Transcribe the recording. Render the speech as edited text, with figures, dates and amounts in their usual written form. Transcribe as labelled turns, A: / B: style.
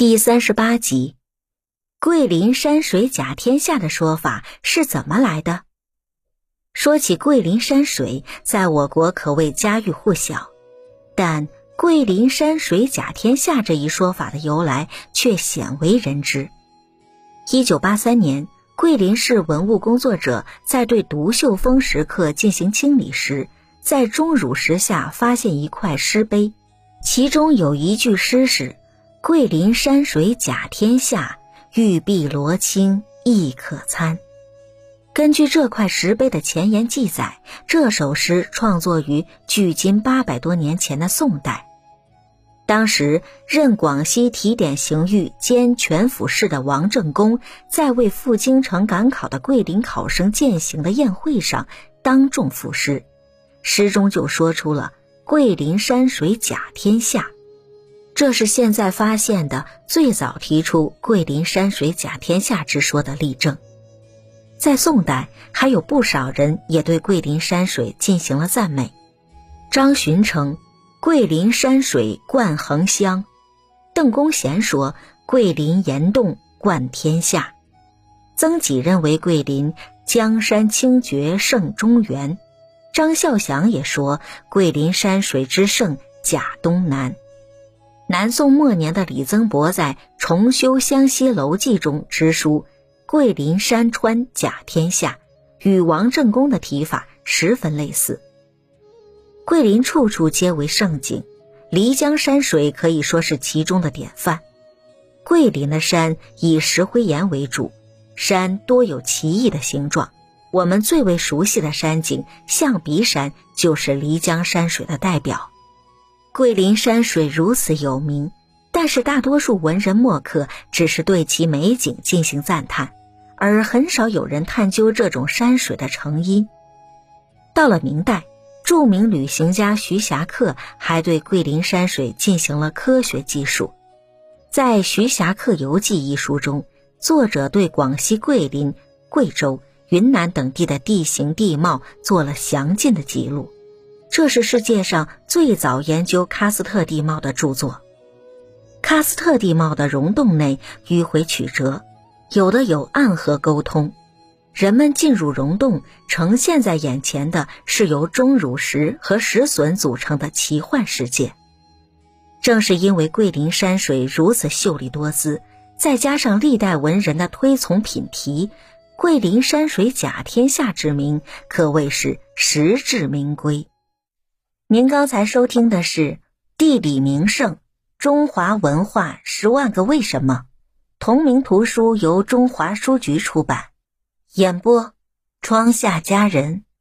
A: 第38集，桂林山水甲天下的说法是怎么来的？说起桂林山水，在我国可谓家喻户晓，但桂林山水甲天下这一说法的由来却鲜为人知。1983年，桂林市文物工作者在对独秀峰石刻进行清理时，在钟乳石下发现一块石碑，其中有一句诗是桂林山水甲天下，玉璧罗青亦可餐。根据这块石碑的前言记载，这首诗创作于距今800多年前的宋代。当时任广西提点刑狱兼全府事的王正公，在为赴京城赶考的桂林考生饯行的宴会上当众赋诗，诗中就说出了桂林山水甲天下。这是现在发现的最早提出桂林山水甲天下之说的例证。在宋代，还有不少人也对桂林山水进行了赞美。张巡称桂林山水冠衡湘，邓公贤说桂林岩洞冠天下，曾几认为桂林江山清绝胜中原，张孝祥也说桂林山水之胜甲东南。南宋末年的李曾伯在《重修湘西楼记》中直书桂林山川甲天下，与王正公的提法十分类似。桂林处处皆为胜景，漓江山水可以说是其中的典范。桂林的山以石灰岩为主，山多有奇异的形状，我们最为熟悉的山景象鼻山就是漓江山水的代表。桂林山水如此有名，但是大多数文人墨客只是对其美景进行赞叹，而很少有人探究这种山水的成因。到了明代，著名旅行家徐霞客还对桂林山水进行了科学记述。在《徐霞客游记》一书中，作者对广西桂林、贵州、云南等地的地形地貌做了详尽的记录，这是世界上最早研究喀斯特地貌的著作。喀斯特地貌的溶洞内迂回曲折，有的有暗河沟通，人们进入溶洞，呈现在眼前的是由钟乳石和石笋组成的奇幻世界。正是因为桂林山水如此秀丽多姿，再加上历代文人的推崇品题，桂林山水甲天下之名可谓是实至名归。您刚才收听的是《地理名胜：中华文化10万个为什么》，同名图书由中华书局出版，演播窗下佳人。